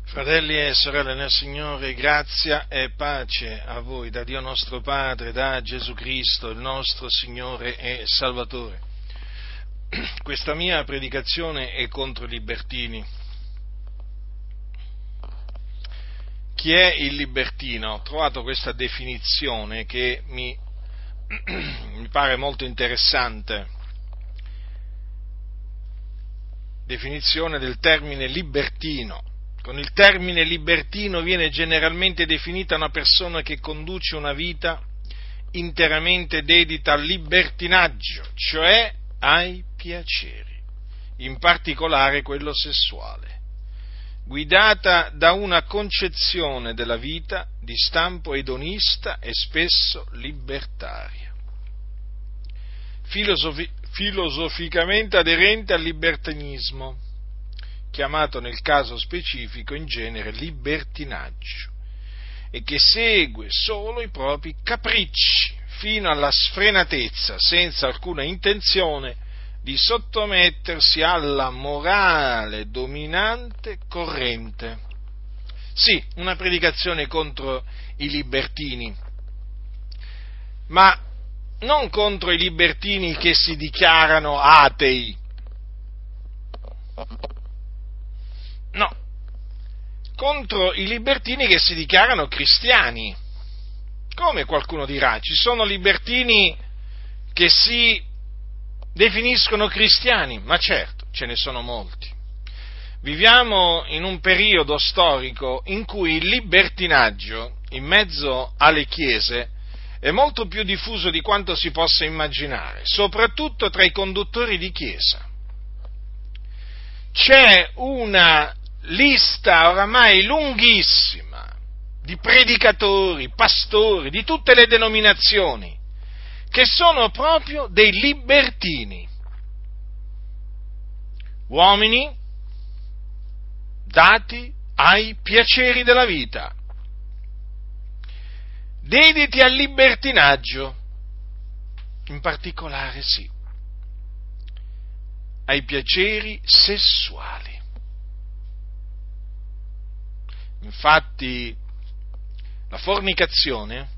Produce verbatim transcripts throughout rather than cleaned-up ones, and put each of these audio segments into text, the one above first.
Fratelli e sorelle nel Signore, grazia e pace a voi da Dio nostro Padre, da Gesù Cristo, il nostro Signore e Salvatore. Questa mia predicazione è contro i libertini. Chi è il libertino? Ho trovato questa definizione che mi, mi pare molto interessante. Definizione del termine libertino. Con il termine libertino viene generalmente definita una persona che conduce una vita interamente dedita al libertinaggio, cioè ai piaceri, in particolare quello sessuale, guidata da una concezione della vita di stampo edonista e spesso libertaria, Filosofi- filosoficamente aderente al libertinismo, chiamato nel caso specifico in genere libertinaggio, e che segue solo i propri capricci fino alla sfrenatezza, senza alcuna intenzione di sottomettersi alla morale dominante corrente. Sì, una predicazione contro i libertini, ma non contro i libertini che si dichiarano atei. No, contro i libertini che si dichiarano cristiani. Come qualcuno dirà, ci sono libertini che si definiscono cristiani, ma certo, ce ne sono molti. Viviamo in un periodo storico in cui il libertinaggio in mezzo alle chiese è molto più diffuso di quanto si possa immaginare, soprattutto tra i conduttori di chiesa. C'è una lista oramai lunghissima di predicatori, pastori, di tutte le denominazioni, che sono proprio dei libertini, uomini dati ai piaceri della vita, dediti al libertinaggio, in particolare sì, ai piaceri sessuali. Infatti, la fornicazione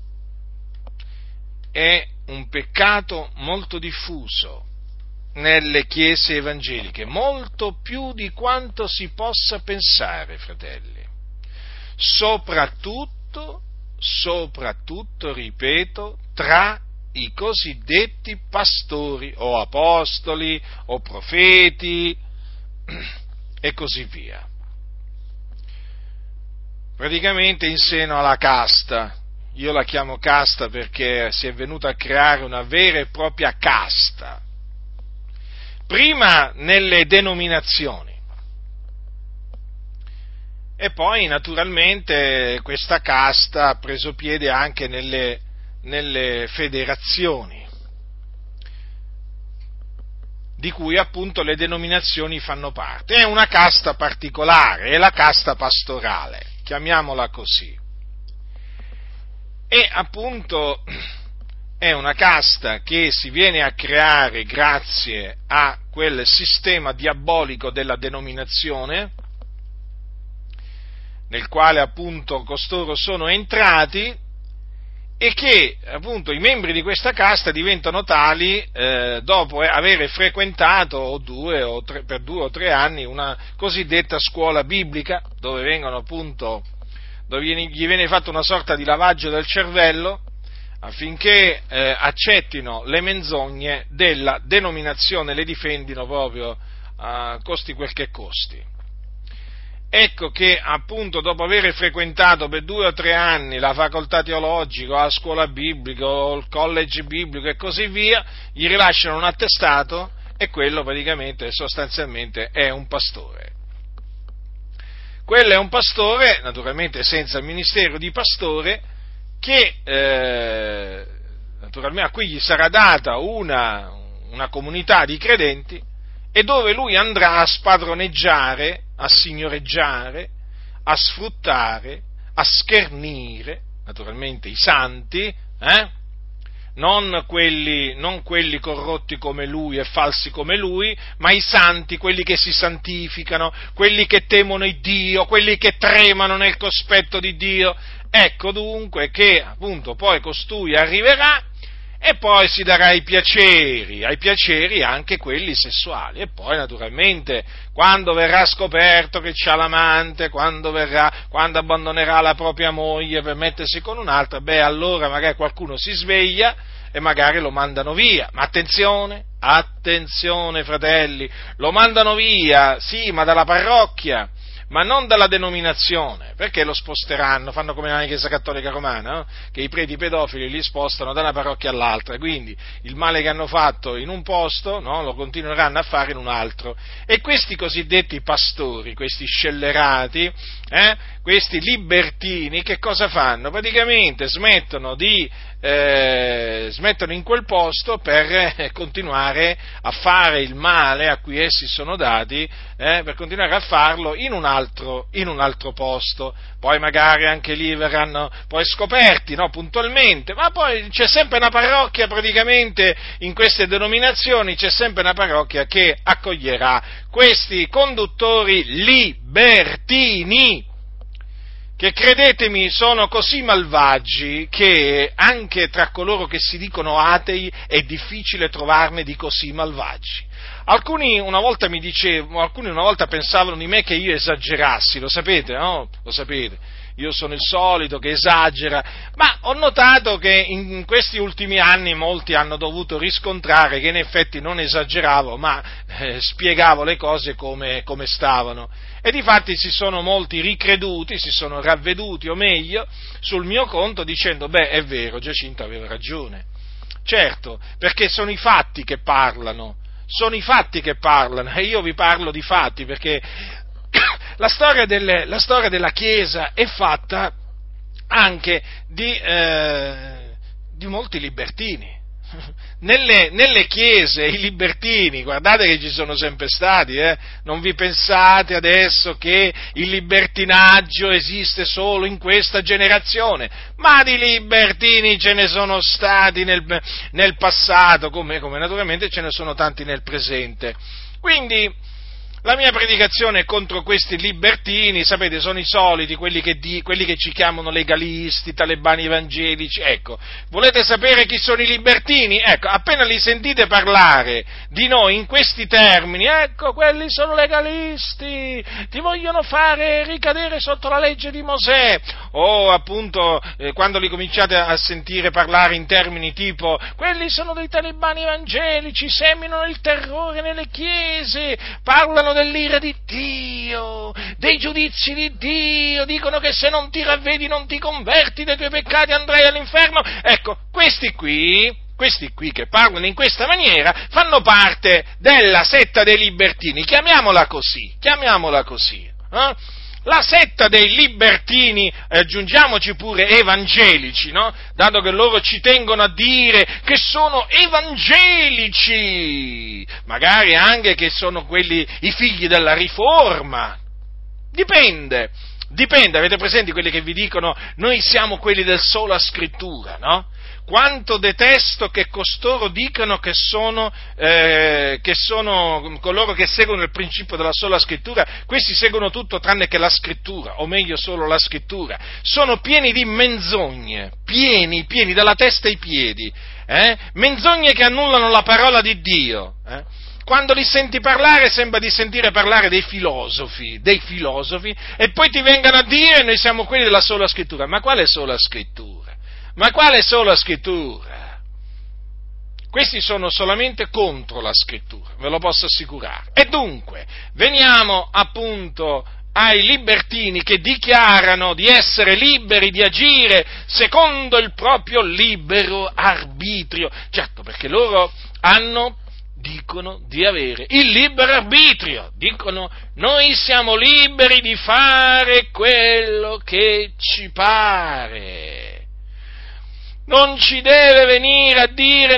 è un peccato molto diffuso nelle chiese evangeliche, molto più di quanto si possa pensare, fratelli. Soprattutto, soprattutto, ripeto, tra i cosiddetti pastori o apostoli o profeti e così via. Praticamente in seno alla casta, io la chiamo casta perché si è venuta a creare una vera e propria casta, prima nelle denominazioni e poi naturalmente questa casta ha preso piede anche nelle, nelle federazioni, di cui appunto le denominazioni fanno parte. È una casta particolare, è la casta pastorale, chiamiamola così. E appunto è una casta che si viene a creare grazie a quel sistema diabolico della denominazione, nel quale appunto costoro sono entrati, e che appunto i membri di questa casta diventano tali eh, dopo avere frequentato o due o tre, per due o tre anni una cosiddetta scuola biblica, dove vengono appunto dove viene, gli viene fatto una sorta di lavaggio del cervello affinché eh, accettino le menzogne della denominazione, le difendino proprio a costi quel che costi. Ecco che appunto dopo aver frequentato per due o tre anni la facoltà teologica, la scuola biblica, o il college biblico e così via, gli rilasciano un attestato e quello praticamente sostanzialmente è un pastore. Quello è un pastore, naturalmente senza il ministero di pastore, che eh, naturalmente a cui gli sarà data una, una comunità di credenti e dove lui andrà a spadroneggiare, a signoreggiare, a sfruttare, a schernire, naturalmente i santi, eh? non quelli, non quelli corrotti come lui e falsi come lui, ma i santi, quelli che si santificano, quelli che temono il Dio, quelli che tremano nel cospetto di Dio. Ecco dunque che appunto poi costui arriverà e poi si darà ai piaceri, ai piaceri anche quelli sessuali, e poi naturalmente quando verrà scoperto che c'ha l'amante, quando verrà, quando abbandonerà la propria moglie per mettersi con un'altra, beh allora magari qualcuno si sveglia e magari lo mandano via, ma attenzione, attenzione fratelli, lo mandano via, sì, ma dalla parrocchia, ma non dalla denominazione, perché lo sposteranno, fanno come nella Chiesa Cattolica Romana, no? Che i preti pedofili li spostano da una parrocchia all'altra, quindi il male che hanno fatto in un posto, no? Lo continueranno a fare in un altro. E questi cosiddetti pastori, questi scellerati, eh? Questi libertini, che cosa fanno? Praticamente smettono di eh, smettono in quel posto per eh, continuare a fare il male a cui essi sono dati, eh, per continuare a farlo in un altro, in un altro posto. Poi magari anche lì verranno poi scoperti, no, puntualmente, ma poi c'è sempre una parrocchia, praticamente in queste denominazioni c'è sempre una parrocchia che accoglierà questi conduttori libertini, che credetemi sono così malvagi che anche tra coloro che si dicono atei è difficile trovarne di così malvagi. Alcuni una volta mi dicevano, alcuni una volta pensavano di me che io esagerassi, lo sapete, no? Lo sapete, io sono il solito che esagera, ma ho notato che in questi ultimi anni molti hanno dovuto riscontrare che in effetti non esageravo, ma eh, spiegavo le cose come, come stavano. E difatti si sono molti ricreduti, si sono ravveduti, o meglio, sul mio conto dicendo, beh, è vero, Giacinto aveva ragione. Certo, perché sono i fatti che parlano, sono i fatti che parlano, e io vi parlo di fatti, perché la storia, delle, la storia della Chiesa è fatta anche di, eh, di molti libertini. Nelle, nelle chiese i libertini, guardate che ci sono sempre stati, eh? Non vi pensate adesso che il libertinaggio esiste solo in questa generazione, ma di libertini ce ne sono stati nel, nel passato, come, come naturalmente ce ne sono tanti nel presente. Quindi la mia predicazione è contro questi libertini, sapete, sono i soliti, quelli che, di, quelli che ci chiamano legalisti, talebani evangelici. Ecco, volete sapere chi sono i libertini? Ecco, appena li sentite parlare di noi in questi termini, ecco, quelli sono legalisti, ti vogliono fare ricadere sotto la legge di Mosè, o appunto eh, quando li cominciate a sentire parlare in termini tipo, quelli sono dei talebani evangelici, seminano il terrore nelle chiese, parlano dell'ira di Dio, dei giudizi di Dio, dicono che se non ti ravvedi, non ti converti dai tuoi peccati, andrai all'inferno. Ecco, questi qui, questi qui che parlano in questa maniera, fanno parte della setta dei libertini, chiamiamola così, chiamiamola così, eh? La setta dei libertini, eh, aggiungiamoci pure evangelici, no? Dato che loro ci tengono a dire che sono evangelici, magari anche che sono quelli, i figli della riforma, dipende, dipende, avete presenti quelli che vi dicono noi siamo quelli del sola scrittura, no? Quanto detesto che costoro dicano che sono, eh, che sono coloro che seguono il principio della sola scrittura, questi seguono tutto tranne che la scrittura, o meglio solo la scrittura, sono pieni di menzogne, pieni, pieni dalla testa ai piedi, eh? Menzogne che annullano la parola di Dio, eh? Quando li senti parlare sembra di sentire parlare dei filosofi, dei filosofi, e poi ti vengano a dire noi siamo quelli della sola scrittura, ma quale sola scrittura? Ma quale sola scrittura? Questi sono solamente contro la scrittura, ve lo posso assicurare. E dunque, veniamo appunto ai libertini che dichiarano di essere liberi di agire secondo il proprio libero arbitrio. Certo, perché loro hanno, dicono di avere il libero arbitrio, dicono noi siamo liberi di fare quello che ci pare. Non ci deve venire a dire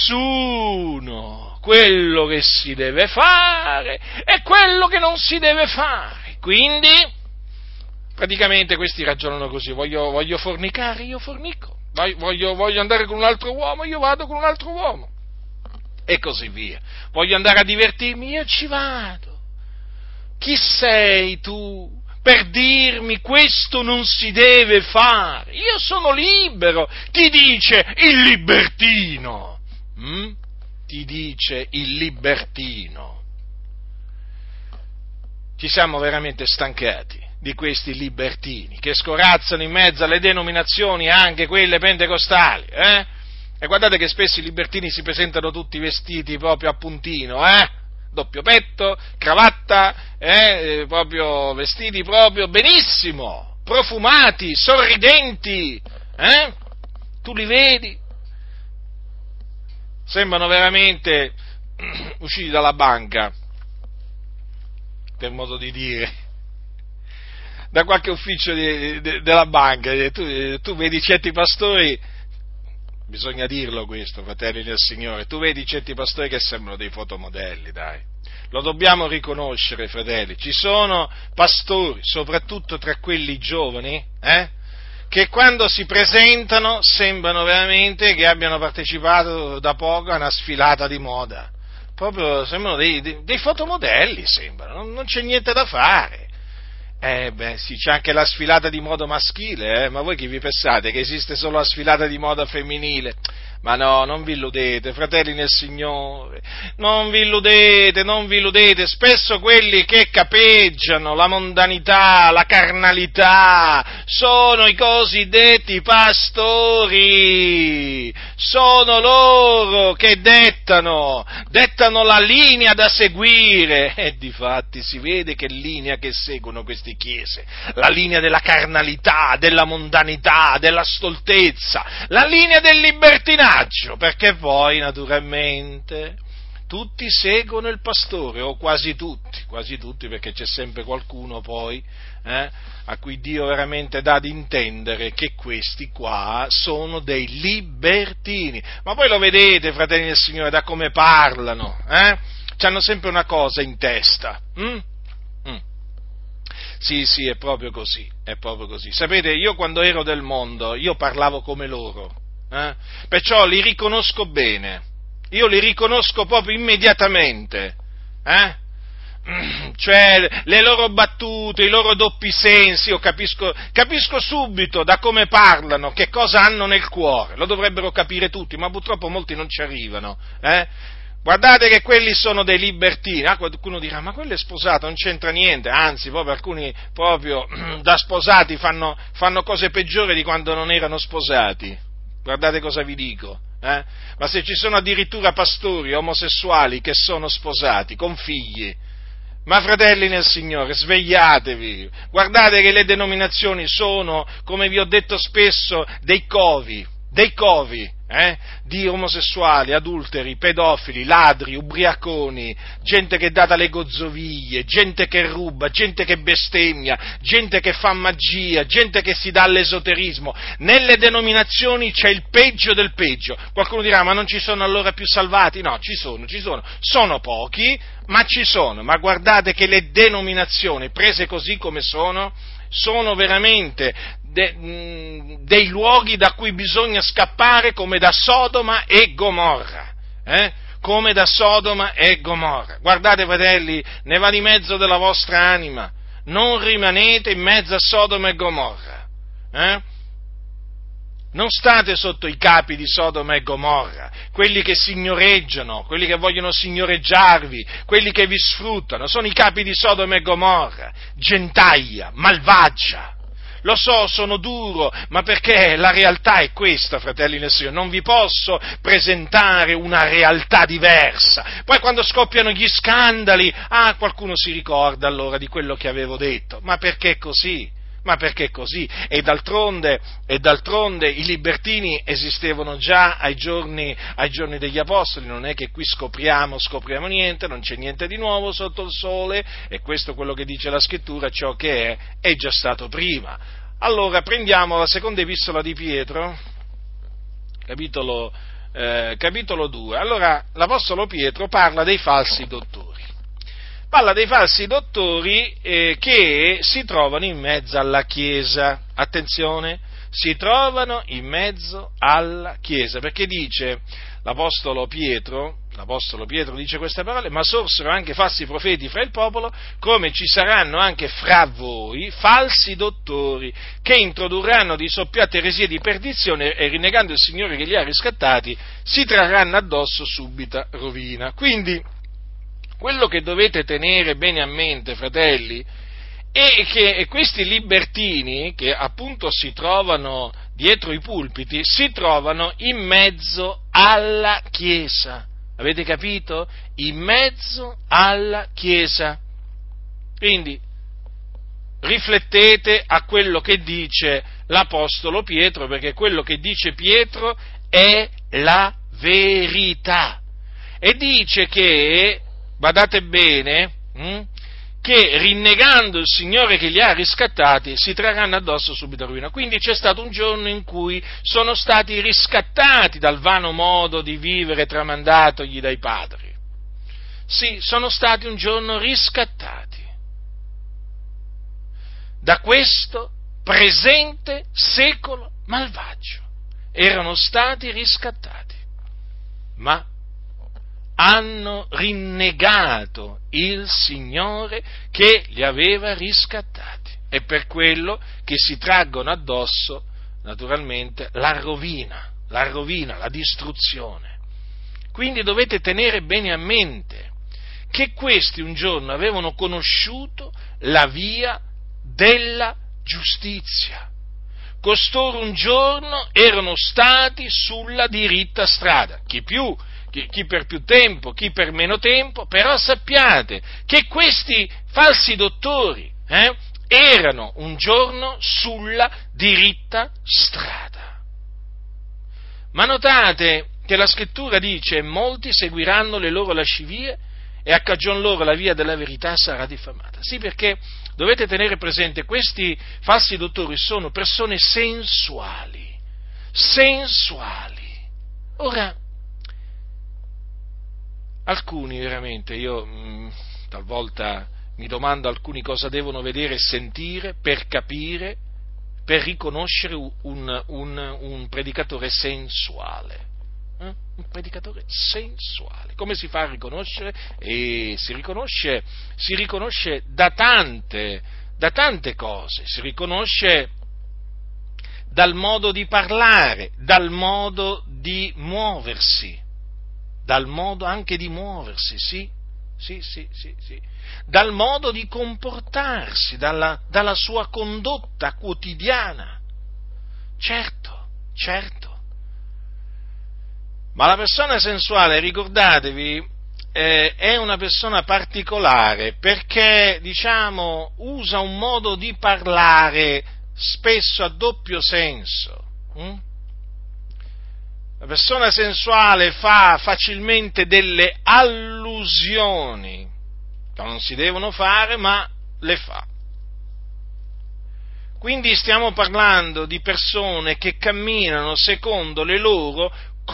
nessuno quello che si deve fare e quello che non si deve fare. Quindi, praticamente questi ragionano così, voglio, voglio fornicare, io fornico, voglio, voglio andare con un altro uomo, io vado con un altro uomo, e così via. Voglio andare a divertirmi, io ci vado. Chi sei tu per dirmi questo non si deve fare? Io sono libero, ti dice il libertino, hm? Ti dice il libertino. Ci siamo veramente stancati di questi libertini che scorazzano in mezzo alle denominazioni, anche quelle pentecostali, eh? E guardate che spesso i libertini si presentano tutti vestiti proprio a puntino, eh? Doppio petto, cravatta, eh? Proprio vestiti proprio benissimo, profumati, sorridenti, eh? Tu li vedi? Sembrano veramente usciti dalla banca, per modo di dire, da qualche ufficio di, de, della banca. Tu, tu vedi certi pastori, bisogna dirlo questo, fratelli del Signore, tu vedi certi pastori che sembrano dei fotomodelli, dai, lo dobbiamo riconoscere, fratelli. Ci sono pastori, soprattutto tra quelli giovani, eh, che quando si presentano sembrano veramente che abbiano partecipato da poco a una sfilata di moda. Proprio sembrano dei, dei, dei fotomodelli, sembrano, non, non c'è niente da fare. Eh beh, sì, c'è anche la sfilata di moda maschile, eh? Ma voi chi vi pensate? Che esiste solo la sfilata di moda femminile? Ma no, non vi illudete, fratelli nel Signore, non vi illudete, non vi illudete, spesso quelli che capeggiano la mondanità, la carnalità, sono i cosiddetti pastori, sono loro che dettano, dettano la linea da seguire, e difatti si vede che linea che seguono queste chiese, la linea della carnalità, della mondanità, della stoltezza, la linea del libertinaggio, perché poi naturalmente tutti seguono il pastore, o quasi tutti, quasi tutti, perché c'è sempre qualcuno poi eh, a cui Dio veramente dà ad intendere che questi qua sono dei libertini. Ma poi lo vedete, fratelli del Signore, da come parlano, eh? C'hanno sempre una cosa in testa. Hm? Mm. Sì, sì, è proprio così, è proprio così. Sapete, io quando ero del mondo, io parlavo come loro, eh? Perciò li riconosco bene, io li riconosco proprio immediatamente, eh? Cioè, le loro battute, i loro doppi sensi, io capisco, capisco subito da come parlano, che cosa hanno nel cuore, lo dovrebbero capire tutti, ma purtroppo molti non ci arrivano, eh? Guardate che quelli sono dei libertini. Ah, qualcuno dirà, ma quello è sposato, non c'entra niente, anzi, proprio alcuni proprio da sposati fanno, fanno cose peggiori di quando non erano sposati. Guardate cosa vi dico, eh? Ma se ci sono addirittura pastori omosessuali che sono sposati, con figli, ma fratelli nel Signore, svegliatevi, guardate che le denominazioni sono, come vi ho detto spesso, dei covi, dei covi, eh? Di omosessuali, adulteri, pedofili, ladri, ubriaconi, gente che è data alle gozzoviglie, gente che ruba, gente che bestemmia, gente che fa magia, gente che si dà all'esoterismo. Nelle denominazioni c'è il peggio del peggio. Qualcuno dirà, ma non ci sono allora più salvati? No, ci sono, ci sono. Sono pochi, ma ci sono. Ma guardate che le denominazioni, prese così come sono, sono veramente de, mh, dei luoghi da cui bisogna scappare come da Sodoma e Gomorra, eh? Come da Sodoma e Gomorra. Guardate, fratelli, ne va di mezzo della vostra anima, non rimanete in mezzo a Sodoma e Gomorra, eh? Non state sotto i capi di Sodoma e Gomorra, quelli che signoreggiano, quelli che vogliono signoreggiarvi, quelli che vi sfruttano, sono i capi di Sodoma e Gomorra, gentaglia, malvagia. Lo so, sono duro, ma perché la realtà è questa, fratelli nel Signore, non vi posso presentare una realtà diversa. Poi quando scoppiano gli scandali, ah, qualcuno si ricorda allora di quello che avevo detto, ma perché così? Ma perché così? E d'altronde, e d'altronde i libertini esistevano già ai giorni, ai giorni degli Apostoli, non è che qui scopriamo, scopriamo niente, non c'è niente di nuovo sotto il sole, e questo è quello che dice la Scrittura, ciò che è, è già stato prima. Allora, prendiamo la seconda epistola di Pietro, capitolo, eh, capitolo due. Allora, l'Apostolo Pietro parla dei falsi dottori. Parla dei falsi dottori eh, che si trovano in mezzo alla Chiesa. Attenzione, si trovano in mezzo alla Chiesa, perché dice l'Apostolo Pietro, l'Apostolo Pietro dice queste parole: ma sorsero anche falsi profeti fra il popolo, come ci saranno anche fra voi falsi dottori, che introdurranno di soppiatte eresie di perdizione, e rinnegando il Signore che li ha riscattati, si trarranno addosso subita rovina. Quindi, quello che dovete tenere bene a mente, fratelli, e che questi libertini, che appunto si trovano dietro i pulpiti, si trovano in mezzo alla Chiesa. Avete capito? In mezzo alla Chiesa. Quindi riflettete a quello che dice l'Apostolo Pietro, perché quello che dice Pietro è la verità. E dice che, badate bene, hm, che rinnegando il Signore che li ha riscattati si trarranno addosso subito ruina. Quindi c'è stato un giorno in cui sono stati riscattati dal vano modo di vivere tramandatogli dai padri. Sì, sono stati un giorno riscattati da questo presente secolo malvagio. Erano stati riscattati, ma hanno rinnegato il Signore che li aveva riscattati, e per quello che si traggono addosso, naturalmente, la rovina, la rovina, la distruzione. Quindi dovete tenere bene a mente che questi un giorno avevano conosciuto la via della giustizia. Costoro un giorno erano stati sulla diritta strada, chi più, chi, chi per più tempo, chi per meno tempo, però sappiate che questi falsi dottori eh, erano un giorno sulla diritta strada. Ma notate che la Scrittura dice: molti seguiranno le loro lascivie e a cagion loro la via della verità sarà diffamata. Sì, perché dovete tenere presente, questi falsi dottori sono persone sensuali, sensuali. Ora, alcuni veramente, io mh, talvolta mi domando alcuni cosa devono vedere e sentire per capire, per riconoscere un, un, un predicatore sensuale. Eh? Un predicatore sensuale. Come si fa a riconoscere? E si riconosce, si riconosce da tante, da tante cose, si riconosce dal modo di parlare, dal modo di muoversi, dal modo anche di muoversi, sì, sì, sì, sì, sì, dal modo di comportarsi, dalla, dalla sua condotta quotidiana. Certo, certo. Ma la persona sensuale, ricordatevi, eh, è una persona particolare, perché, diciamo, usa un modo di parlare spesso a doppio senso. Hm? La persona sensuale fa facilmente delle allusioni che non si devono fare, ma le fa. Quindi stiamo parlando di persone che camminano secondo le loro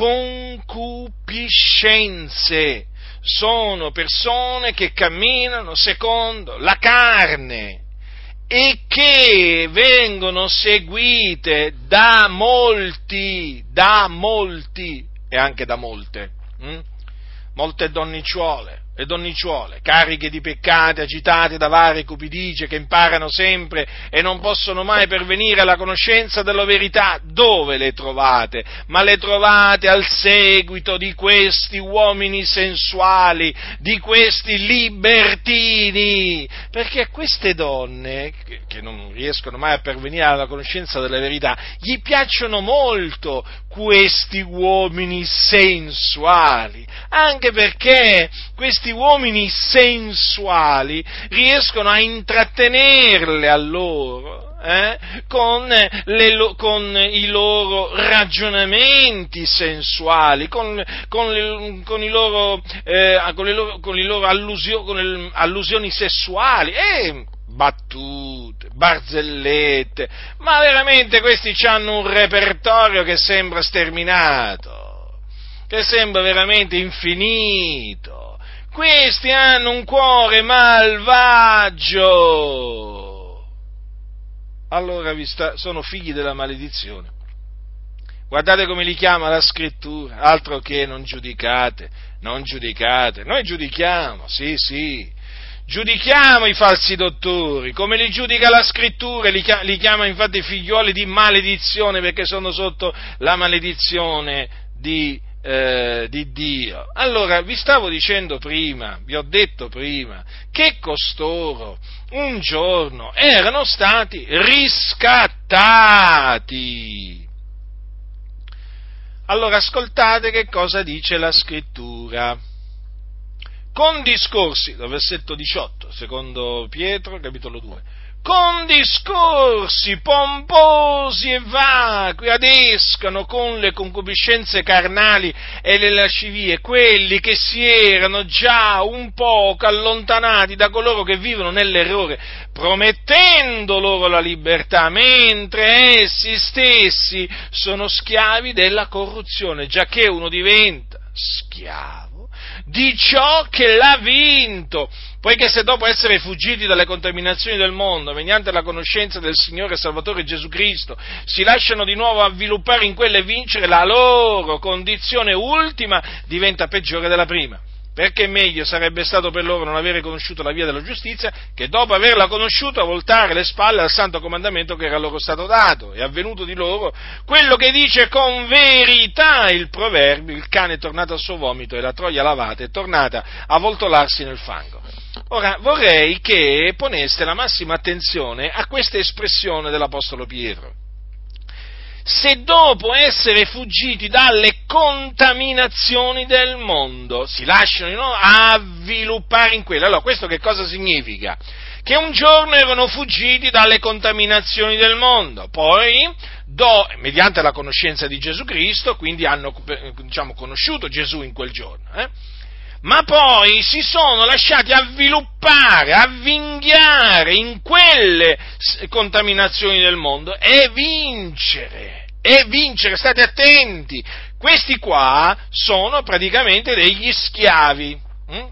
concupiscenze, sono persone che camminano secondo la carne e che vengono seguite da molti, da molti e anche da molte, hm? molte donnicciuole e donnicciuole, cariche di peccati, agitate da varie cupidigie, che imparano sempre e non possono mai pervenire alla conoscenza della verità. Dove le trovate? Ma le trovate al seguito di questi uomini sensuali, di questi libertini, perché queste donne, che, che non riescono mai a pervenire alla conoscenza della verità, gli piacciono molto questi uomini sensuali, anche perché questi Questi uomini sensuali riescono a intrattenerle a loro eh, con, le, con i loro ragionamenti sensuali, con, con, le, con, i loro, eh, con, le loro, con, i loro allusio, con le allusioni sessuali e battute, barzellette, ma veramente questi hanno un repertorio che sembra sterminato, che sembra veramente infinito. Questi hanno un cuore malvagio, allora vi sta, sono figli della maledizione. Guardate come li chiama la Scrittura, altro che non giudicate, non giudicate, noi giudichiamo, sì, sì, giudichiamo i falsi dottori, come li giudica la Scrittura, li chiama, li chiama infatti figliuoli di maledizione perché sono sotto la maledizione di, eh, di Dio. Allora, vi stavo dicendo prima, vi ho detto prima, che costoro un giorno erano stati riscattati. Allora ascoltate che cosa dice la Scrittura. Con discorsi, dal versetto diciotto, secondo Pietro, capitolo due, con discorsi pomposi e vacui adescano con le concupiscenze carnali e le lascivie quelli che si erano già un poco allontanati da coloro che vivono nell'errore, promettendo loro la libertà, mentre essi stessi sono schiavi della corruzione, giacché uno diventa schiavo di ciò che l'ha vinto, poiché se dopo essere fuggiti dalle contaminazioni del mondo, mediante la conoscenza del Signore e Salvatore Gesù Cristo, si lasciano di nuovo avviluppare in quelle e vincere, la loro condizione ultima diventa peggiore della prima. Perché meglio sarebbe stato per loro non avere conosciuto la via della giustizia, che dopo averla conosciuta voltare le spalle al santo comandamento che era loro stato dato. È avvenuto di loro quello che dice con verità il proverbio: il cane è tornato al suo vomito e la troia lavata è tornata a voltolarsi nel fango. Ora, vorrei che poneste la massima attenzione a questa espressione dell'Apostolo Pietro. Se dopo essere fuggiti dalle contaminazioni del mondo si lasciano di nuovo avviluppare in quello. Allora, questo che cosa significa? Che un giorno erano fuggiti dalle contaminazioni del mondo, poi, do, mediante la conoscenza di Gesù Cristo, quindi hanno, diciamo, conosciuto Gesù in quel giorno, eh? Ma poi si sono lasciati avviluppare, avvinghiare in quelle contaminazioni del mondo e vincere, e vincere, state attenti, questi qua sono praticamente degli schiavi, hm?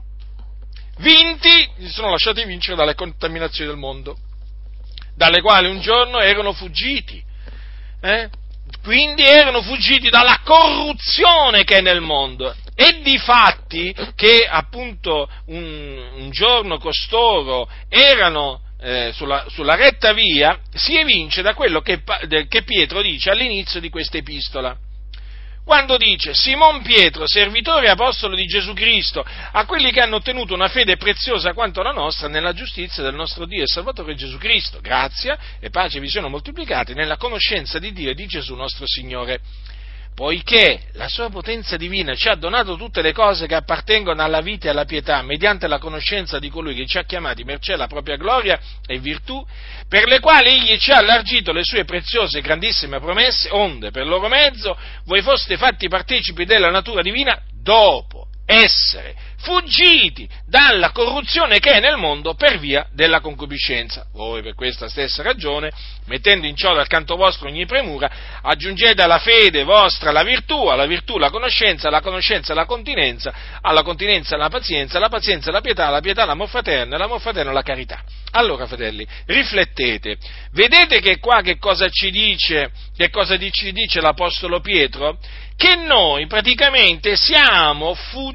vinti, si sono lasciati vincere dalle contaminazioni del mondo, dalle quali un giorno erano fuggiti, eh? Quindi erano fuggiti dalla corruzione che è nel mondo. E difatti che appunto un, un giorno costoro erano eh, sulla, sulla retta via, si evince da quello che, che Pietro dice all'inizio di questa epistola. Quando dice: Simon Pietro, servitore e apostolo di Gesù Cristo, a quelli che hanno ottenuto una fede preziosa quanto la nostra nella giustizia del nostro Dio e Salvatore Gesù Cristo, grazia e pace vi siano moltiplicate nella conoscenza di Dio e di Gesù nostro Signore. Poiché la sua potenza divina ci ha donato tutte le cose che appartengono alla vita e alla pietà, mediante la conoscenza di colui che ci ha chiamati mercé la propria gloria e virtù, per le quali egli ci ha allargito le sue preziose e grandissime promesse, onde per loro mezzo voi foste fatti partecipi della natura divina dopo essere fuggiti dalla corruzione che è nel mondo per via della concupiscenza. Voi per questa stessa ragione, mettendo in ciò dal canto vostro ogni premura, aggiungete alla fede vostra la virtù, alla virtù la conoscenza, alla conoscenza la continenza, alla continenza la pazienza, alla pazienza la pietà, alla pietà l'amor fraterno, e l'amor fraterno la carità. Allora, fratelli, riflettete, vedete che qua che cosa ci dice, che cosa ci dice l'Apostolo Pietro? Che noi praticamente siamo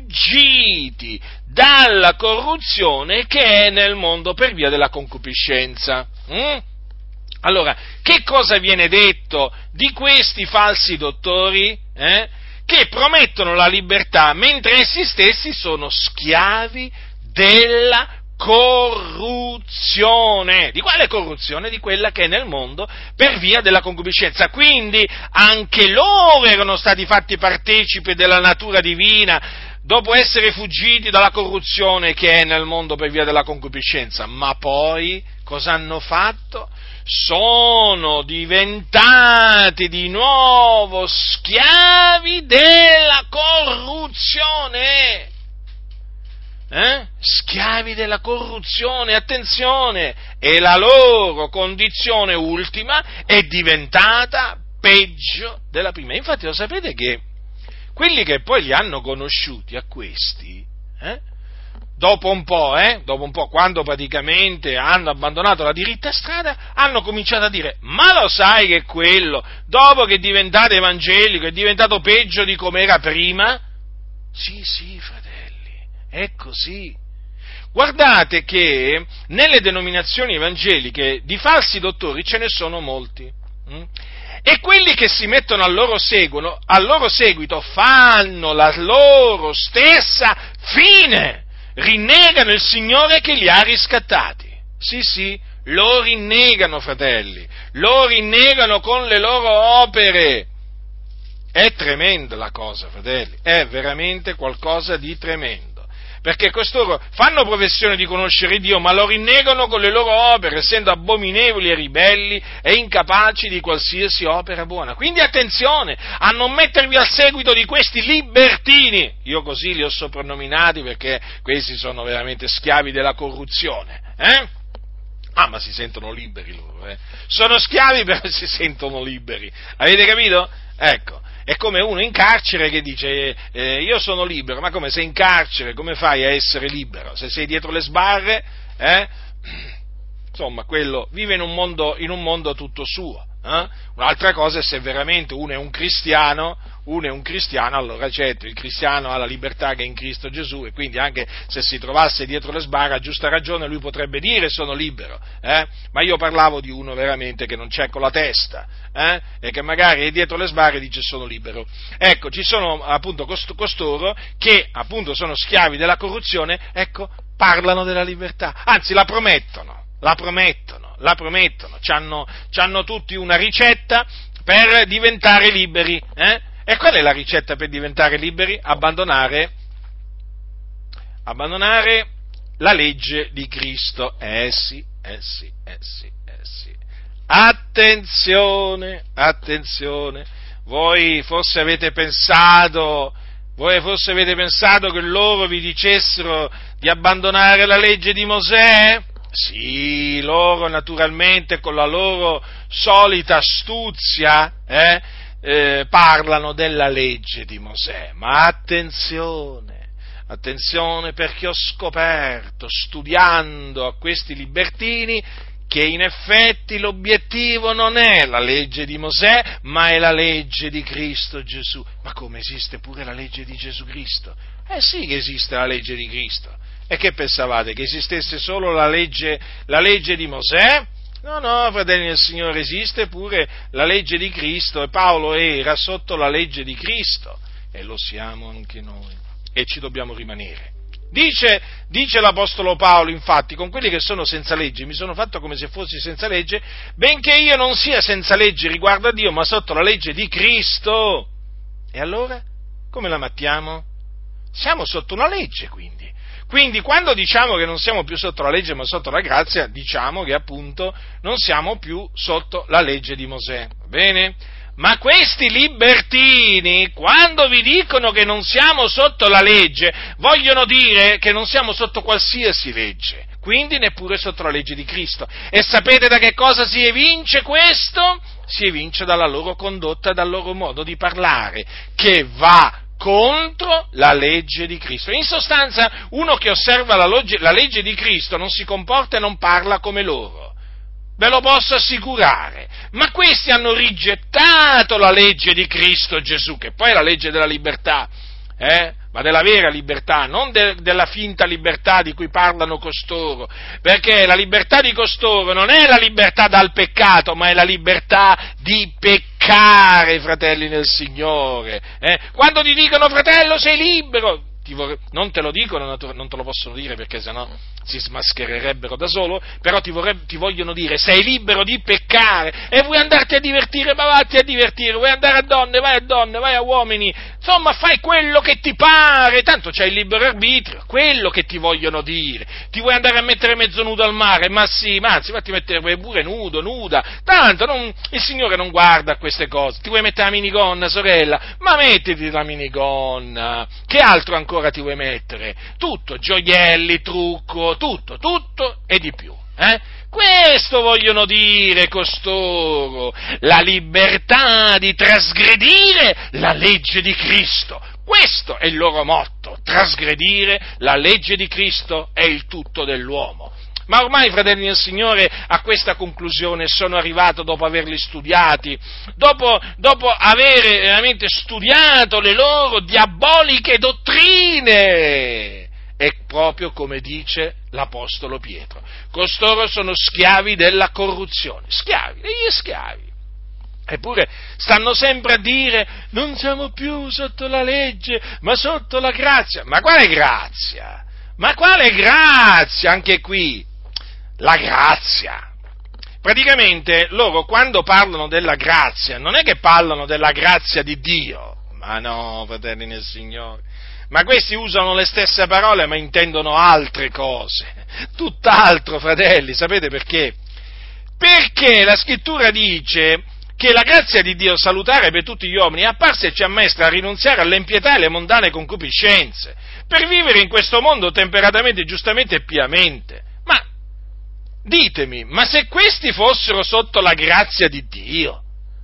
fuggiti dalla corruzione che è nel mondo per via della concupiscenza. Mm? Allora, che cosa viene detto di questi falsi dottori? Eh? Che promettono la libertà mentre essi stessi sono schiavi della corruzione. Di quale corruzione? Di quella che è nel mondo per via della concupiscenza. Quindi anche loro erano stati fatti partecipi della natura divina dopo essere fuggiti dalla corruzione che è nel mondo per via della concupiscenza. Ma poi cosa hanno fatto? Sono diventati di nuovo schiavi della corruzione. Eh? Schiavi della corruzione, attenzione, e la loro condizione ultima è diventata peggio della prima. Infatti lo sapete che quelli che poi li hanno conosciuti a questi, eh? dopo un po', eh, dopo un po', quando praticamente hanno abbandonato la diritta strada, hanno cominciato a dire: ma lo sai che quello, dopo che è diventato evangelico, è diventato peggio di come era prima? Sì, sì, fratelli, è così. Guardate che nelle denominazioni evangeliche di falsi dottori ce ne sono molti. Hm? E quelli che si mettono al loro, seguono, al loro seguito fanno la loro stessa fine. Rinnegano il Signore che li ha riscattati. Sì, sì, lo rinnegano, fratelli, lo rinnegano con le loro opere. È tremenda la cosa, fratelli, è veramente qualcosa di tremendo. Perché costoro fanno professione di conoscere Dio, ma lo rinnegano con le loro opere, essendo abominevoli e ribelli e incapaci di qualsiasi opera buona. Quindi attenzione a non mettervi al seguito di questi libertini. Io così li ho soprannominati perché questi sono veramente schiavi della corruzione. Eh? Ah, ma si sentono liberi loro, eh? Sono schiavi però si sentono liberi. Avete capito? Ecco. È come uno in carcere che dice eh, io sono libero, ma come sei in carcere, come fai a essere libero? Se sei dietro le sbarre, eh? Insomma, quello vive in un mondo, in un mondo tutto suo. Eh? Un'altra cosa è se veramente uno è un cristiano, uno è un cristiano, allora certo, il cristiano ha la libertà che è in Cristo Gesù e quindi anche se si trovasse dietro le sbarre, a giusta ragione lui potrebbe dire sono libero, eh? Ma io parlavo di uno veramente che non c'è con la testa, eh? E che magari è dietro le sbarre e dice sono libero. Ecco, ci sono appunto cost- costoro che appunto sono schiavi della corruzione, ecco, parlano della libertà, anzi la promettono. La promettono, la promettono, c'hanno, c'hanno tutti una ricetta per diventare liberi, eh? E qual è la ricetta per diventare liberi? Abbandonare, abbandonare la legge di Cristo, eh sì, eh sì, eh sì, eh sì. Attenzione, attenzione, voi forse avete pensato, voi forse avete pensato che loro vi dicessero di abbandonare la legge di Mosè? Sì, loro naturalmente con la loro solita astuzia eh, eh, parlano della legge di Mosè, ma attenzione, attenzione perché ho scoperto, studiando a questi libertini, che in effetti l'obiettivo non è la legge di Mosè, ma è la legge di Cristo Gesù. Ma come esiste pure la legge di Gesù Cristo? Eh sì che esiste la legge di Cristo. E che pensavate? Che esistesse solo la legge, la legge di Mosè? No, no, fratelli del Signore, esiste pure la legge di Cristo e Paolo era sotto la legge di Cristo e lo siamo anche noi e ci dobbiamo rimanere. Dice, dice l'Apostolo Paolo, infatti, con quelli che sono senza legge mi sono fatto come se fossi senza legge, benché io non sia senza legge riguardo a Dio, ma sotto la legge di Cristo. E allora? Come la mattiamo? Siamo sotto una legge, quindi. Quindi quando diciamo che non siamo più sotto la legge ma sotto la grazia, diciamo che appunto non siamo più sotto la legge di Mosè, va bene? Ma questi libertini, quando vi dicono che non siamo sotto la legge, vogliono dire che non siamo sotto qualsiasi legge, quindi neppure sotto la legge di Cristo. E sapete da che cosa si evince questo? Si evince dalla loro condotta, dal loro modo di parlare, che va contro la legge di Cristo. In sostanza, uno che osserva la legge, la legge di Cristo non si comporta e non parla come loro. Ve lo posso assicurare. Ma questi hanno rigettato la legge di Cristo Gesù, che poi è la legge della libertà, eh? Ma della vera libertà, non de- della finta libertà di cui parlano costoro, perché la libertà di costoro non è la libertà dal peccato, ma è la libertà di peccare, fratelli nel Signore. Eh? Quando ti dicono fratello sei libero, ti vorrei, non te lo dicono, non te lo possono dire perché sennò si smaschererebbero da solo, però ti, vorreb, ti vogliono dire sei libero di peccare e vuoi andarti a divertire, ma vatti a divertire, vuoi andare a donne, vai a donne, vai a uomini, insomma fai quello che ti pare, tanto c'hai il libero arbitrio, quello che ti vogliono dire. Ti vuoi andare a mettere mezzo nudo al mare? Ma sì, ma anzi fatti mettere pure nudo, nuda, tanto non, il Signore non guarda a queste cose. Ti vuoi mettere la minigonna, sorella? Ma mettiti la minigonna, che altro ancora ti vuoi mettere? Tutto, gioielli, trucco, tutto, tutto e di più, eh? Questo vogliono dire costoro, la libertà di trasgredire la legge di Cristo. Questo è il loro motto: trasgredire la legge di Cristo e il tutto dell'uomo. Ma ormai, fratelli del Signore, a questa conclusione sono arrivato dopo averli studiati, dopo, dopo aver veramente studiato le loro diaboliche dottrine. È proprio come dice l'Apostolo Pietro: costoro sono schiavi della corruzione, schiavi, degli schiavi. Eppure stanno sempre a dire: non siamo più sotto la legge, ma sotto la grazia. Ma quale grazia? Ma quale grazia? Anche qui, la grazia. Praticamente loro, quando parlano della grazia, non è che parlano della grazia di Dio, ma no, fratelli nel Signore. Ma questi usano le stesse parole, ma intendono altre cose, tutt'altro, fratelli. Sapete perché? Perché la Scrittura dice che la grazia di Dio salutare per tutti gli uomini è apparsa e ci ammestra a rinunziare all'impietà e alle mondane concupiscenze, per vivere in questo mondo temperatamente, giustamente e piamente. Ma ditemi, ma se questi fossero sotto la grazia di Dio,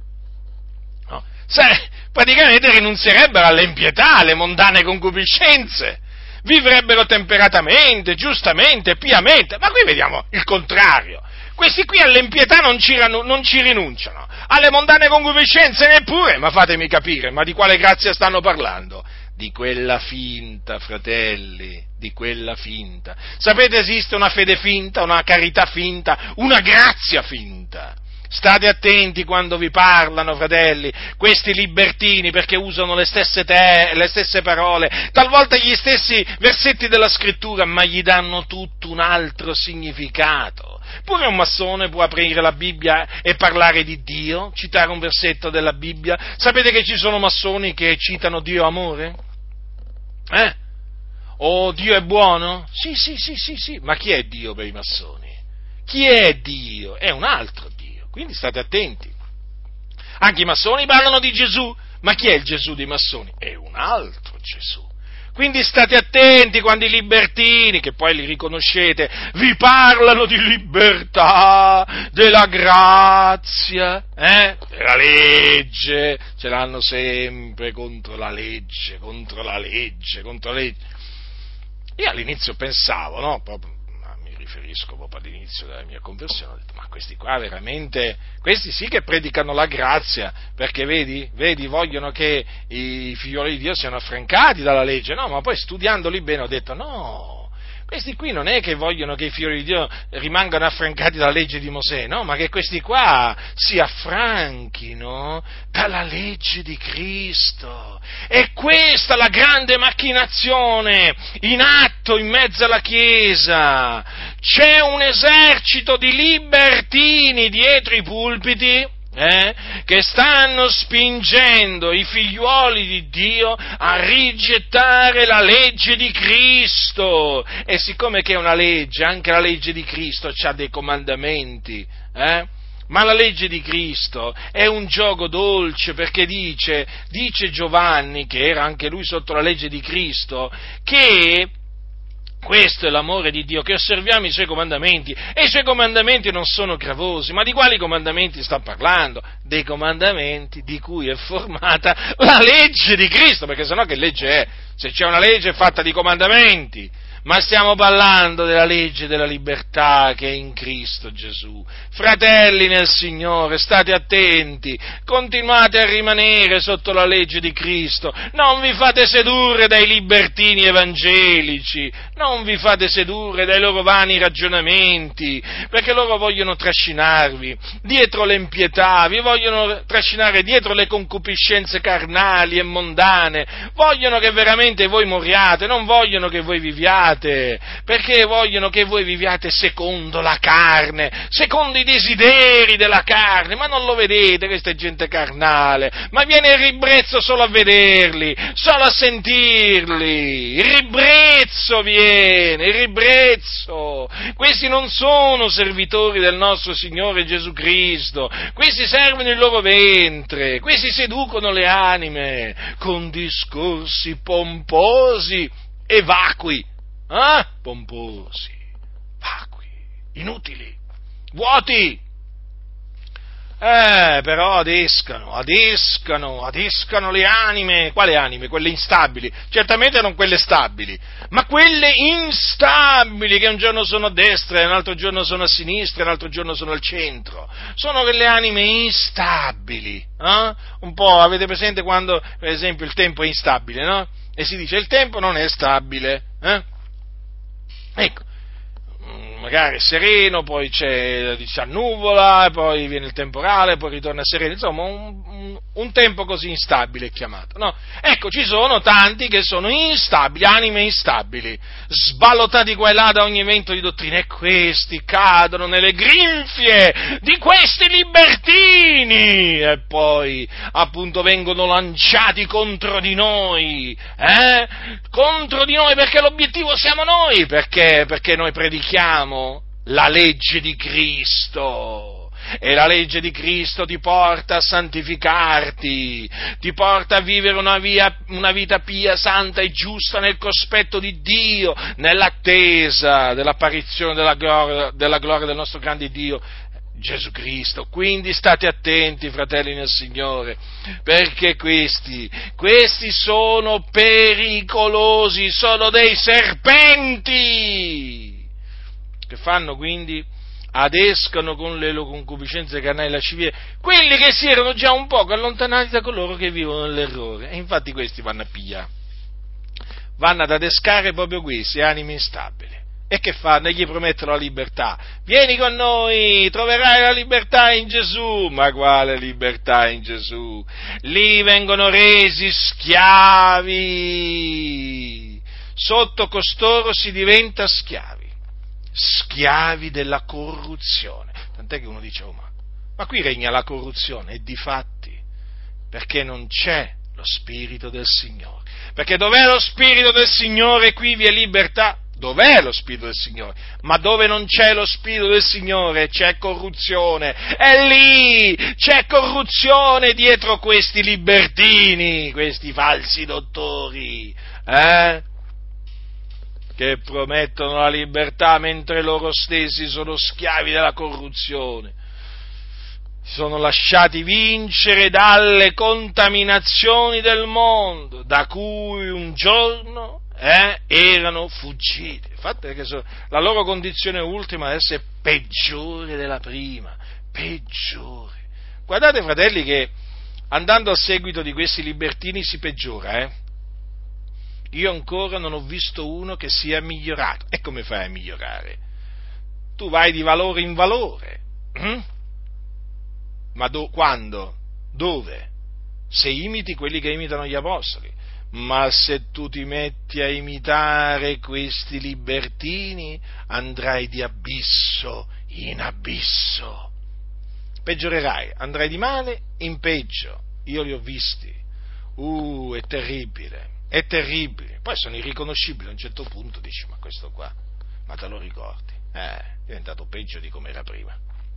no? Se, praticamente rinunzierebbero all'impietà, alle mondane concupiscenze, vivrebbero temperatamente, giustamente, piamente. Ma qui vediamo il contrario. Questi qui all'impietà non ci, non ci rinunciano, alle mondane concupiscenze neppure. Ma fatemi capire, ma di quale grazia stanno parlando? Di quella finta, fratelli, di quella finta. Sapete, esiste una fede finta, una carità finta, una grazia finta. State attenti quando vi parlano, fratelli, questi libertini, perché usano le stesse, te, le stesse parole, talvolta gli stessi versetti della Scrittura, ma gli danno tutto un altro significato. Pure un massone può aprire la Bibbia e parlare di Dio, citare un versetto della Bibbia. Sapete che ci sono massoni che citano Dio amore? Eh? O Dio è buono? Sì, sì, sì, sì, sì, ma chi è Dio per i massoni? Chi è Dio? È un altro Dio, quindi state attenti. Anche i massoni parlano di Gesù, ma chi è il Gesù dei massoni? È un altro Gesù. Quindi state attenti quando i libertini, che poi li riconoscete, vi parlano di libertà, della grazia, eh? della legge, ce l'hanno sempre contro la legge, contro la legge, contro la legge. Io all'inizio pensavo, no, proprio, ma mi riferisco proprio all'inizio della mia conversione, ho detto, ma questi qua veramente, questi sì che predicano la grazia, perché vedi, vedi, vogliono che i figlioli di Dio siano affrancati dalla legge, no, ma poi studiandoli bene ho detto, no, questi qui non è che vogliono che i figlioli di Dio rimangano affrancati dalla legge di Mosè, no, ma che questi qua si affranchino dalla legge di Cristo. È questa la grande macchinazione in atto in mezzo alla Chiesa. C'è un esercito di libertini dietro i pulpiti, Eh, che stanno spingendo i figliuoli di Dio a rigettare la legge di Cristo. E siccome che è una legge, anche la legge di Cristo ha dei comandamenti, eh? Ma la legge di Cristo è un gioco dolce, perché dice, dice Giovanni, che era anche lui sotto la legge di Cristo, che questo è l'amore di Dio, che osserviamo i Suoi comandamenti, e i Suoi comandamenti non sono gravosi. Ma di quali comandamenti sta parlando? Dei comandamenti di cui è formata la legge di Cristo, perché sennò che legge è? Se c'è una legge è fatta di comandamenti, ma stiamo parlando della legge della libertà che è in Cristo Gesù. Fratelli nel Signore, state attenti, continuate a rimanere sotto la legge di Cristo, non vi fate sedurre dai libertini evangelici, non vi fate sedurre dai loro vani ragionamenti, perché loro vogliono trascinarvi dietro l'impietà, vi vogliono trascinare dietro le concupiscenze carnali e mondane, vogliono che veramente voi moriate, non vogliono che voi viviate, perché vogliono che voi viviate secondo la carne, secondo i desideri della carne. Ma non lo vedete, questa è gente carnale, ma viene il ribrezzo solo a vederli, solo a sentirli, il ribrezzo viene, il ribrezzo. Questi non sono servitori del nostro Signore Gesù Cristo, questi servono il loro ventre, questi seducono le anime con discorsi pomposi e vacui. Ah, pomposi, vacui, inutili, vuoti. Eh, però adescano, adescano, adescano le anime. Quali anime? Quelle instabili. Certamente non quelle stabili, ma quelle instabili, che un giorno sono a destra, e un altro giorno sono a sinistra, e un altro giorno sono al centro. Sono quelle anime instabili. Eh? Un po', avete presente quando, per esempio, il tempo è instabile, no? E si dice, il tempo non è stabile. Eh? Ecco. Magari è sereno, poi c'è, si annuvola, poi viene il temporale, poi ritorna sereno, insomma un, un, un tempo così instabile è chiamato, no? Ecco, ci sono tanti che sono instabili, anime instabili, sballottati qua e là da ogni evento di dottrina, e questi cadono nelle grinfie di questi libertini, e poi appunto vengono lanciati contro di noi, eh? Contro di noi, perché l'obiettivo siamo noi, perché, perché noi predichiamo la legge di Cristo, e la legge di Cristo ti porta a santificarti, ti porta a vivere una, via, una vita pia, santa e giusta nel cospetto di Dio, nell'attesa dell'apparizione della gloria, della gloria del nostro grande Dio Gesù Cristo. Quindi state attenti, fratelli nel Signore, perché questi, questi sono pericolosi, sono dei serpenti, che fanno quindi, adescano con le loro concupiscenze carnali e lascivie quelli che si erano già un poco allontanati da coloro che vivono nell'errore. E infatti questi vanno a pigliare, vanno ad adescare proprio questi anime instabili. E che fanno? E gli promettono la libertà. Vieni con noi, troverai la libertà in Gesù. Ma quale libertà in Gesù? Lì vengono resi schiavi. Sotto costoro si diventa schiavi. Schiavi della corruzione. Tant'è che uno dice, oh, ma, ma qui regna la corruzione, e difatti, perché non c'è lo Spirito del Signore. Perché dov'è lo Spirito del Signore, qui vi è libertà. Dov'è lo Spirito del Signore? Ma dove non c'è lo Spirito del Signore c'è corruzione, e lì c'è corruzione dietro questi libertini, questi falsi dottori, eh? Che promettono la libertà mentre loro stessi sono schiavi della corruzione. Si sono lasciati vincere dalle contaminazioni del mondo, da cui un giorno eh, erano fuggiti. Infatti, perché so, la loro condizione ultima adesso è peggiore della prima, peggiore. Guardate, fratelli, che andando a seguito di questi libertini si peggiora, eh? Io ancora non ho visto uno che sia migliorato. E come fai a migliorare? Tu vai di valore in valore. Hm? Ma do, quando? Dove? Se imiti quelli che imitano gli apostoli. Ma se tu ti metti a imitare questi libertini, andrai di abisso in abisso. Peggiorerai, andrai di male in peggio. Io li ho visti. Uh, è terribile. È terribile, poi sono irriconoscibili a un certo punto, dici, ma questo qua, ma te lo ricordi? Eh, è diventato peggio di come era prima.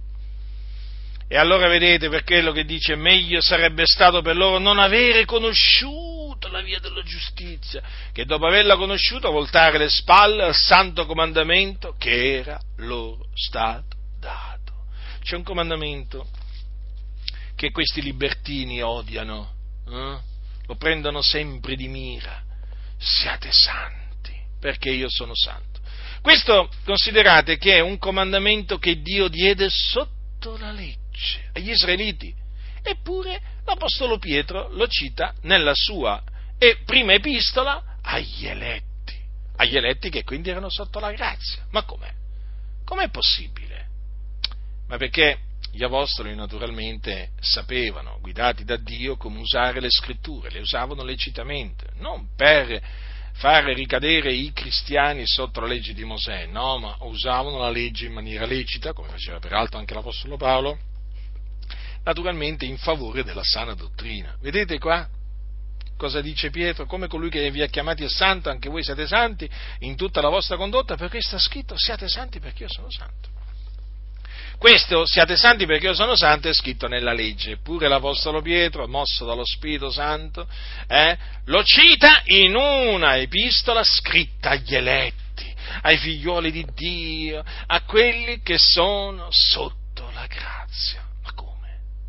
E allora vedete, per quello che dice, meglio sarebbe stato per loro non avere conosciuto la via della giustizia, che dopo averla conosciuta voltare le spalle al santo comandamento che era loro stato dato. C'è un comandamento che questi libertini odiano, eh? Lo prendono sempre di mira: siate santi, perché io sono santo. Questo considerate che è un comandamento che Dio diede sotto la legge agli israeliti, eppure l'Apostolo Pietro lo cita nella sua prima epistola agli eletti, agli eletti che quindi erano sotto la grazia. Ma com'è? Com'è possibile? Ma perché gli apostoli naturalmente sapevano, guidati da Dio, come usare le scritture, le usavano lecitamente, non per fare ricadere i cristiani sotto la legge di Mosè, no, ma usavano la legge in maniera lecita, come faceva peraltro anche l'apostolo Paolo, naturalmente in favore della sana dottrina. Vedete qua cosa dice Pietro? Come colui che vi ha chiamati è santo, anche voi siete santi in tutta la vostra condotta, perché sta scritto: siate santi perché io sono santo. Questo, siate santi perché io sono santo, è scritto nella legge. Eppure l'Apostolo Pietro, mosso dallo Spirito Santo, eh, lo cita in una epistola scritta agli eletti, ai figlioli di Dio, a quelli che sono sotto la grazia. Ma come?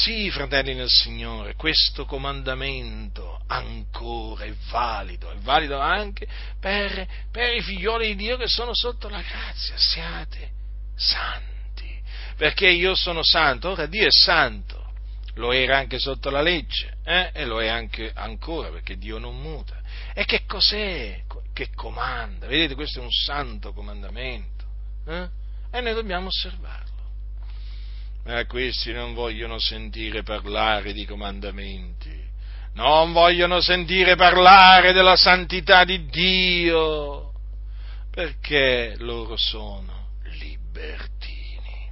sì, fratelli nel Signore, questo comandamento ancora è valido, è valido anche per, per i figlioli di Dio che sono sotto la grazia. Siate santi, perché io sono santo. Ora Dio è santo, lo era anche sotto la legge, eh? E lo è anche ancora, perché Dio non muta. E che cos'è che comanda? Vedete, questo è un santo comandamento, eh? E noi dobbiamo osservarlo. Ma questi non vogliono sentire parlare di comandamenti, non vogliono sentire parlare della santità di Dio, perché loro sono libertini,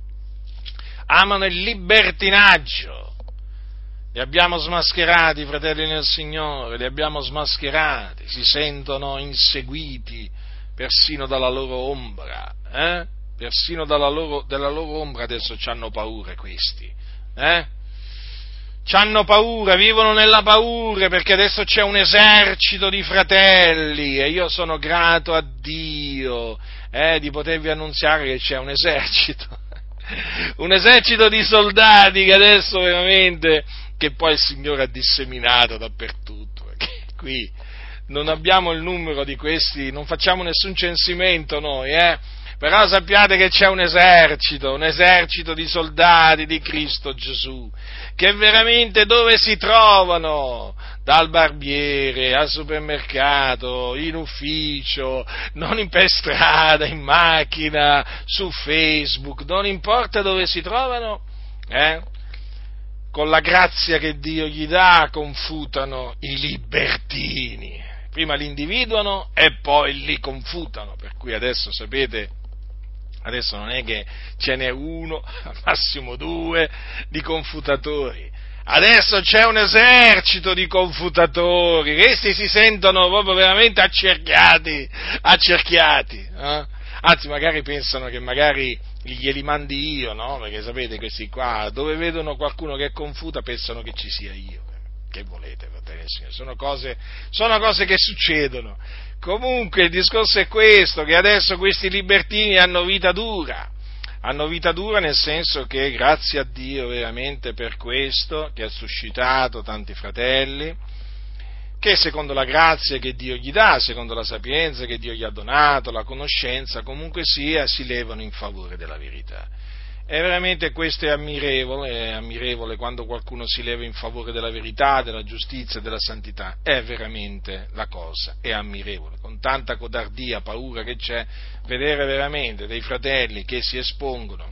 amano il libertinaggio. Li abbiamo smascherati, fratelli nel Signore, li abbiamo smascherati, si sentono inseguiti persino dalla loro ombra, eh? Persino dalla loro, della loro ombra adesso c'hanno paura questi, eh? C'hanno paura, vivono nella paura, perché adesso c'è un esercito di fratelli e io sono grato a Dio, eh, di potervi annunziare che c'è un esercito, un esercito di soldati che adesso veramente, che poi il Signore ha disseminato dappertutto, perché qui non abbiamo il numero di questi, non facciamo nessun censimento noi, eh? Però sappiate che c'è un esercito, un esercito di soldati di Cristo Gesù, che veramente dove si trovano? Dal barbiere, al supermercato, in ufficio, non in per strada, in macchina, su Facebook, non importa dove si trovano, eh? Con la grazia che Dio gli dà confutano i libertini. Prima li individuano e poi li confutano, per cui adesso sapete, adesso non è che ce n'è uno, al massimo due, di confutatori. Adesso c'è un esercito di confutatori, questi si sentono proprio veramente accerchiati, accerchiati, eh? Anzi magari pensano che magari glieli mandi io, no? Perché sapete questi qua, dove vedono qualcuno che confuta pensano che ci sia io. Che volete, fratelli e signori? Sono cose, sono cose che succedono. Comunque il discorso è questo, che adesso questi libertini hanno vita dura, hanno vita dura nel senso che grazie a Dio veramente per questo, che ha suscitato tanti fratelli, che secondo la grazia che Dio gli dà, secondo la sapienza che Dio gli ha donato, la conoscenza, comunque sia, si levano in favore della verità. E veramente questo è ammirevole, è ammirevole quando qualcuno si leva in favore della verità, della giustizia, della santità, è veramente la cosa, è ammirevole, con tanta codardia, paura che c'è, vedere veramente dei fratelli che si espongono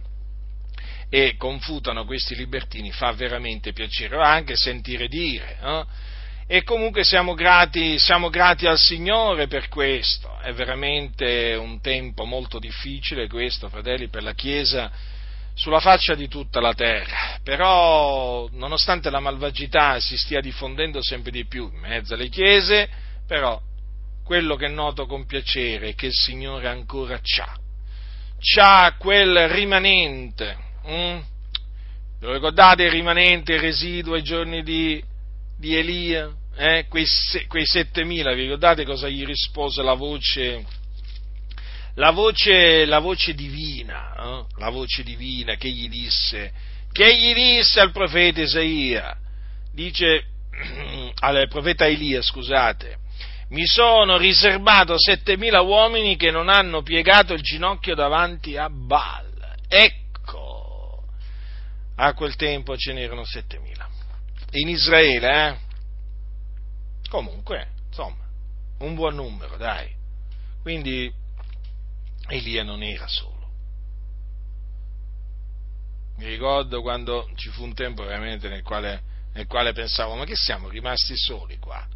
e confutano questi libertini fa veramente piacere, anche sentire dire, no? E comunque siamo grati, siamo grati al Signore per questo, è veramente un tempo molto difficile questo, fratelli, per la Chiesa sulla faccia di tutta la terra, però nonostante la malvagità si stia diffondendo sempre di più in mezzo alle chiese, però quello che noto con piacere è che il Signore ancora c'ha, c'ha quel rimanente, hm? Lo ricordate il rimanente, il residuo ai giorni di, di Elia? Eh? Quei, quei settemila, vi ricordate cosa gli rispose la voce? La voce, la voce divina, eh? La voce divina che gli disse, che gli disse al profeta Isaia, dice, al profeta Elia, scusate, mi sono riservato settemila uomini che non hanno piegato il ginocchio davanti a Baal. Ecco, a quel tempo ce n'erano settemila. In Israele, eh? Comunque, insomma, un buon numero, dai. Quindi, Elia non era solo. Mi ricordo quando ci fu un tempo veramente nel quale, nel quale pensavo, ma che siamo rimasti soli qua?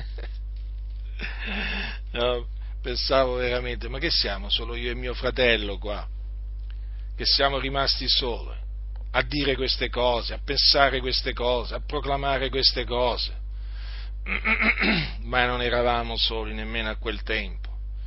No, pensavo veramente, ma che siamo solo io e mio fratello qua? Che siamo rimasti soli a dire queste cose, a pensare queste cose, a proclamare queste cose. Ma non eravamo soli nemmeno a quel tempo.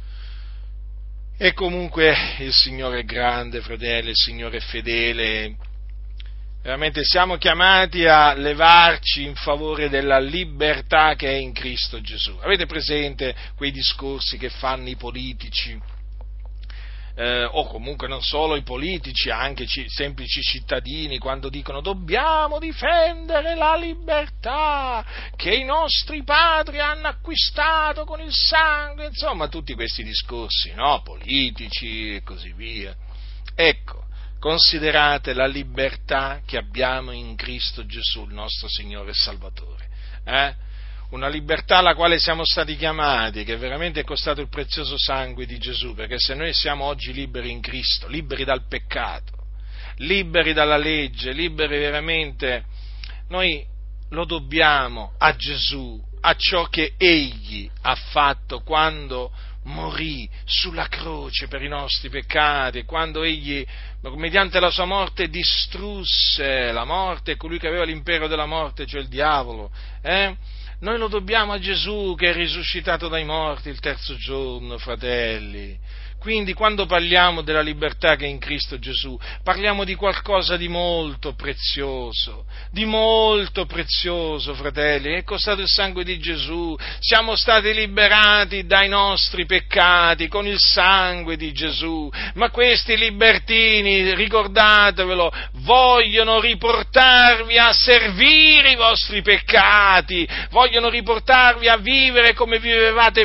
E comunque il Signore è grande, fratelli, il Signore è fedele, veramente siamo chiamati a levarci in favore della libertà che è in Cristo Gesù. Avete presente quei discorsi che fanno i politici eh, o comunque non solo i politici, anche i semplici cittadini, quando dicono dobbiamo difendere la libertà che i nostri padri hanno acquistato con il sangue, insomma tutti questi discorsi, no? Politici e così via. Ecco, considerate la libertà che abbiamo in Cristo Gesù, il nostro Signore e Salvatore, eh? Una libertà alla quale siamo stati chiamati, che veramente è costato il prezioso sangue di Gesù, perché se noi siamo oggi liberi in Cristo, liberi dal peccato, liberi dalla legge, liberi veramente, noi lo dobbiamo a Gesù, a ciò che Egli ha fatto quando morì sulla croce per i nostri peccati, quando Egli, mediante la sua morte, distrusse la morte, colui che aveva l'impero della morte, cioè il diavolo, eh? Noi lo dobbiamo a Gesù che è risuscitato dai morti il terzo giorno, fratelli. Quindi quando parliamo della libertà che è in Cristo Gesù, parliamo di qualcosa di molto prezioso, di molto prezioso, fratelli, è costato il sangue di Gesù, siamo stati liberati dai nostri peccati con il sangue di Gesù, ma questi libertini, ricordatevelo, vogliono riportarvi a servire i vostri peccati, vogliono riportarvi a vivere come vivevate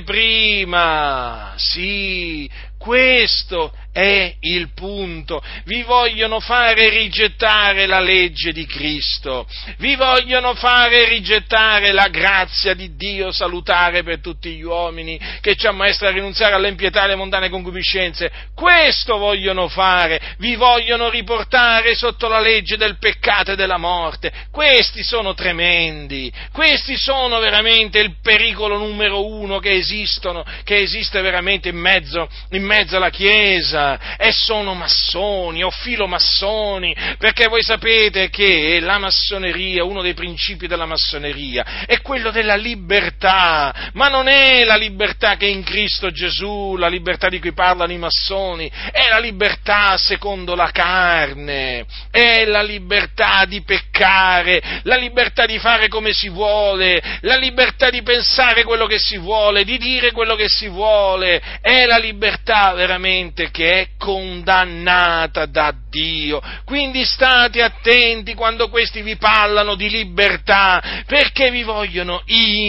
prima, sì. Questo è il punto, vi vogliono fare rigettare la legge di Cristo, vi vogliono fare rigettare la grazia di Dio salutare per tutti gli uomini che ci ammaestra a rinunziare all'impietà e alle mondane concupiscenze, questo vogliono fare, vi vogliono riportare sotto la legge del peccato e della morte, questi sono tremendi, questi sono veramente il pericolo numero uno che esistono, che esiste veramente in mezzo, in mezzo alla Chiesa, e sono massoni o filomassoni, perché voi sapete che la massoneria, uno dei principi della massoneria è quello della libertà, ma non è la libertà che è in Cristo Gesù, la libertà di cui parlano i massoni, è la libertà secondo la carne, è la libertà di peccare, la libertà di fare come si vuole, la libertà di pensare quello che si vuole, di dire quello che si vuole, è la libertà veramente che è condannata da Dio. Quindi state attenti quando questi vi parlano di libertà, perché vi vogliono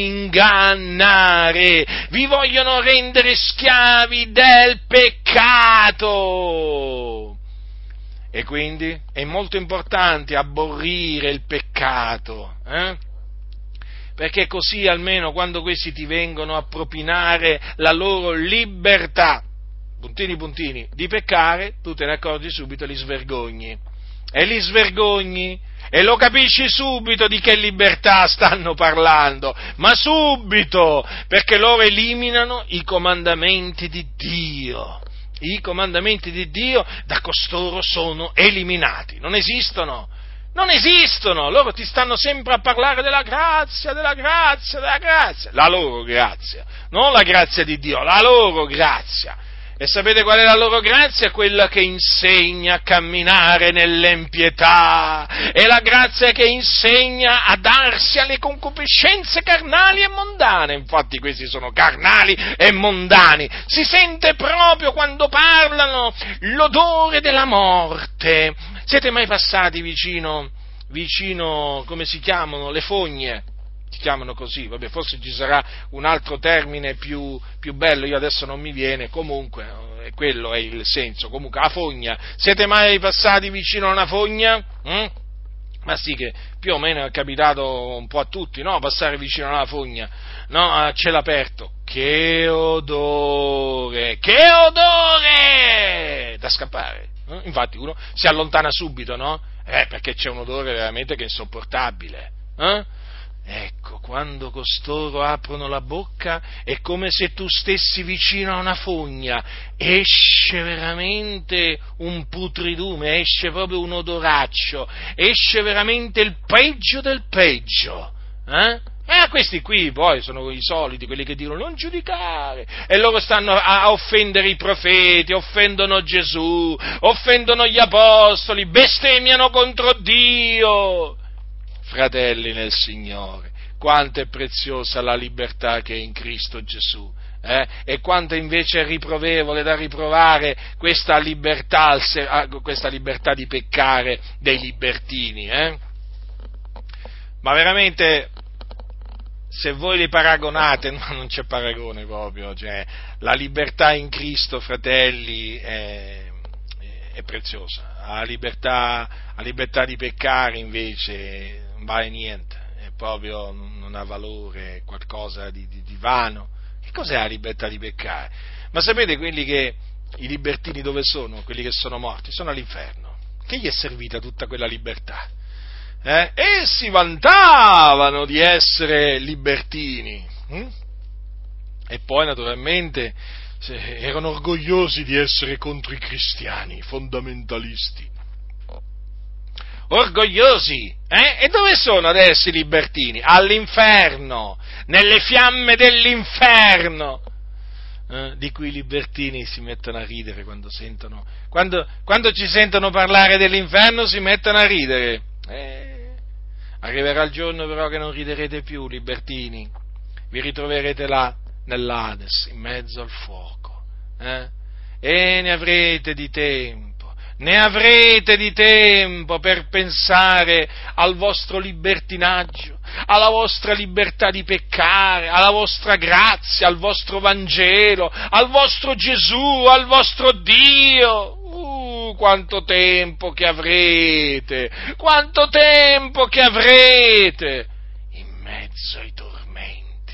ingannare, vi vogliono rendere schiavi del peccato. E quindi è molto importante abborrire il peccato, eh? Perché così almeno quando questi ti vengono a propinare la loro libertà, puntini puntini, di peccare, tu te ne accorgi subito e li svergogni, e li svergogni, e lo capisci subito di che libertà stanno parlando, ma subito, perché loro eliminano i comandamenti di Dio, i comandamenti di Dio da costoro sono eliminati, non esistono, non esistono, loro ti stanno sempre a parlare della grazia, della grazia, della grazia, la loro grazia, non la grazia di Dio, la loro grazia. E sapete qual è la loro grazia? Quella che insegna a camminare nell'empietà, è la grazia che insegna a darsi alle concupiscenze carnali e mondane, infatti questi sono carnali e mondani, si sente proprio quando parlano l'odore della morte. Siete mai passati vicino, vicino, come si chiamano, le fogne? Si chiamano così, vabbè, forse ci sarà un altro termine più, più bello, io adesso non mi viene, comunque, eh, quello è il senso, comunque, la fogna, siete mai passati vicino a una fogna? Mm? Ma sì, che più o meno è capitato un po' a tutti, no? Passare vicino alla fogna, no? A cielo aperto, che odore, che odore, da scappare, eh? Infatti uno si allontana subito, no? Eh, perché c'è un odore veramente che è insopportabile, eh? Ecco, quando costoro aprono la bocca è come se tu stessi vicino a una fogna, esce veramente un putridume, esce proprio un odoraccio, esce veramente il peggio del peggio, eh? E questi qui poi sono i soliti, quelli che dicono non giudicare, e loro stanno a, a offendere i profeti, offendono Gesù, offendono gli apostoli, bestemmiano contro Dio. Fratelli nel Signore, quanto è preziosa la libertà che è in Cristo Gesù, Eh? E quanto invece è riprovevole da riprovare questa libertà, questa libertà di peccare dei libertini, eh? Ma veramente, se voi li paragonate, no, non c'è paragone proprio, cioè, la libertà in Cristo, fratelli, è, è preziosa, la libertà, la libertà di peccare invece non vale niente, è proprio, non ha valore, è qualcosa di, di, di vano. Che cos'è la libertà di peccare? Ma sapete quelli che, i libertini dove sono? Quelli che sono morti? Sono all'inferno. Che gli è servita tutta quella libertà? Eh? E si vantavano di essere libertini. Hm? E poi naturalmente erano orgogliosi di essere contro i cristiani, fondamentalisti. Orgogliosi, eh? E dove sono adesso i libertini? All'inferno, nelle fiamme dell'inferno, eh? Di cui i libertini si mettono a ridere quando sentono, quando, quando ci sentono parlare dell'inferno si mettono a ridere. Eh, arriverà il giorno però che non riderete più, libertini, vi ritroverete là nell'Ades, in mezzo al fuoco, eh? E ne avrete di tempo. Ne avrete di tempo per pensare al vostro libertinaggio, alla vostra libertà di peccare, alla vostra grazia, al vostro Vangelo, al vostro Gesù, al vostro Dio. Uh, quanto tempo che avrete, quanto tempo che avrete in mezzo ai tormenti.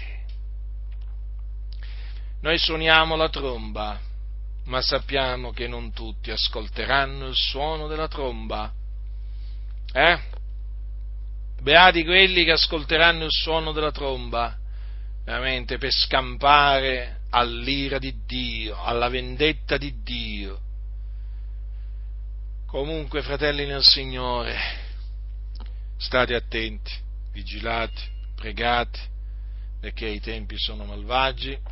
Noi suoniamo la tromba, ma sappiamo che non tutti ascolteranno il suono della tromba. Eh? Beati quelli che ascolteranno il suono della tromba, veramente per scampare all'ira di Dio, alla vendetta di Dio. Comunque, fratelli nel Signore, state attenti, vigilate, pregate, perché i tempi sono malvagi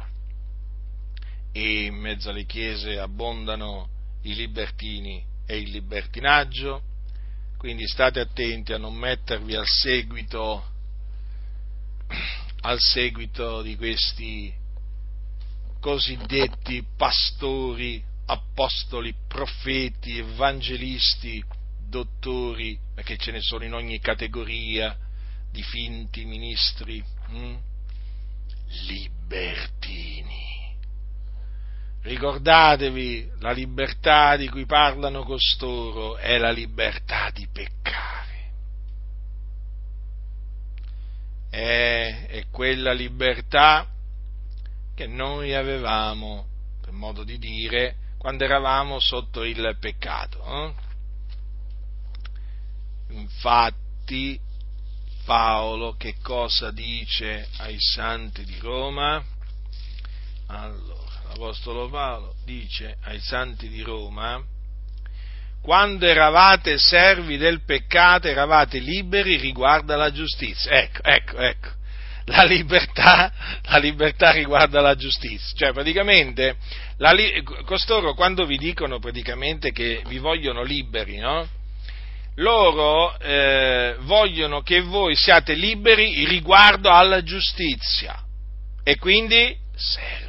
e in mezzo alle chiese abbondano i libertini e il libertinaggio, quindi state attenti a non mettervi al seguito, al seguito di questi cosiddetti pastori, apostoli, profeti, evangelisti, dottori, perché ce ne sono in ogni categoria di finti ministri, hm? libertini. Ricordatevi, la libertà di cui parlano costoro è la libertà di peccare. È, è quella libertà che noi avevamo, per modo di dire, quando eravamo sotto il peccato. Eh? Infatti, Paolo che cosa dice ai santi di Roma? Allora, l'Apostolo Paolo dice ai santi di Roma: quando eravate servi del peccato eravate liberi riguardo alla giustizia. Ecco, ecco, ecco, la libertà, la libertà riguardo alla giustizia. Cioè, praticamente, la, costoro quando vi dicono praticamente che vi vogliono liberi, no? Loro eh, vogliono che voi siate liberi riguardo alla giustizia e quindi servi.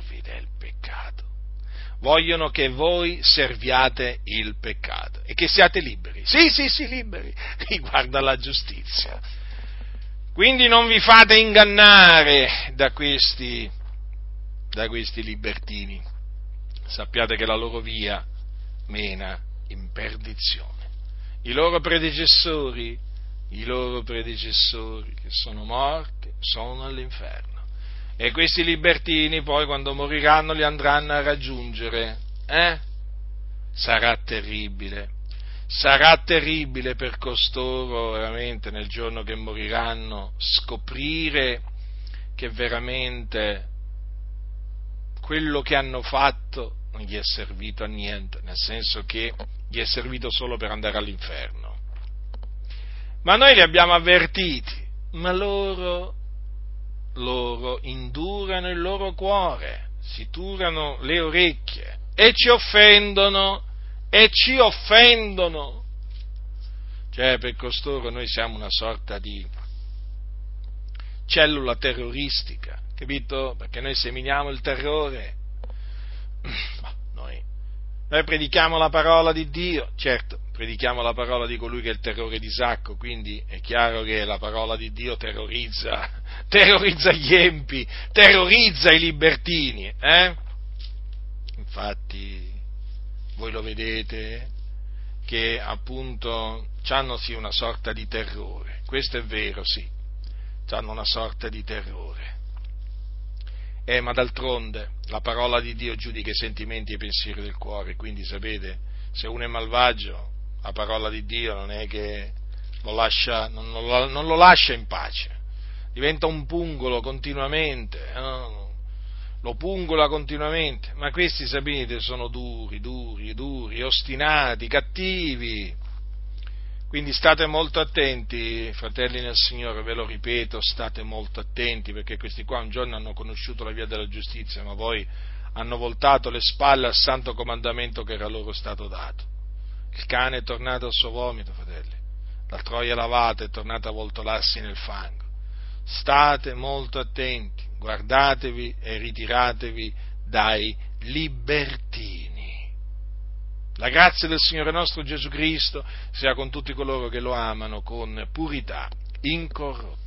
Vogliono che voi serviate il peccato e che siate liberi. Sì, sì, sì, liberi riguardo alla giustizia. Quindi non vi fate ingannare da questi, da questi libertini. Sappiate che la loro via mena in perdizione. I loro predecessori, i loro predecessori che sono morti, sono all'inferno. E questi libertini poi quando moriranno li andranno a raggiungere, eh? Sarà terribile, sarà terribile per costoro veramente nel giorno che moriranno scoprire che veramente quello che hanno fatto non gli è servito a niente, nel senso che gli è servito solo per andare all'inferno. Ma noi li abbiamo avvertiti, ma loro... loro indurano il loro cuore, si turano le orecchie e ci offendono, e ci offendono. Cioè, per costoro noi siamo una sorta di cellula terroristica capito? Perché noi seminiamo il terrore. Ma noi, noi predichiamo la parola di Dio, certo, predichiamo la parola di colui che è il terrore di Sacco, quindi è chiaro che la parola di Dio terrorizza, terrorizza gli empi, terrorizza i libertini, eh? Infatti, voi lo vedete che appunto c'hanno sì una sorta di terrore, questo è vero, sì, c'hanno una sorta di terrore. Eh, ma d'altronde la parola di Dio giudica i sentimenti e i pensieri del cuore, quindi sapete, se uno è malvagio, la parola di Dio non è che lo lascia, non, lo, non lo lascia in pace, diventa un pungolo continuamente, no? Lo pungola continuamente, ma questi sapete sono duri, duri, duri, ostinati, cattivi. Quindi state molto attenti, fratelli nel Signore, ve lo ripeto, state molto attenti, perché questi qua un giorno hanno conosciuto la via della giustizia, ma poi hanno voltato le spalle al santo comandamento che era loro stato dato. Il cane è tornato al suo vomito, fratelli, la troia lavata è tornata a voltolarsi nel fango. State molto attenti, guardatevi e ritiratevi dai libertini. La grazia del Signore nostro Gesù Cristo sia con tutti coloro che lo amano con purità incorrotta.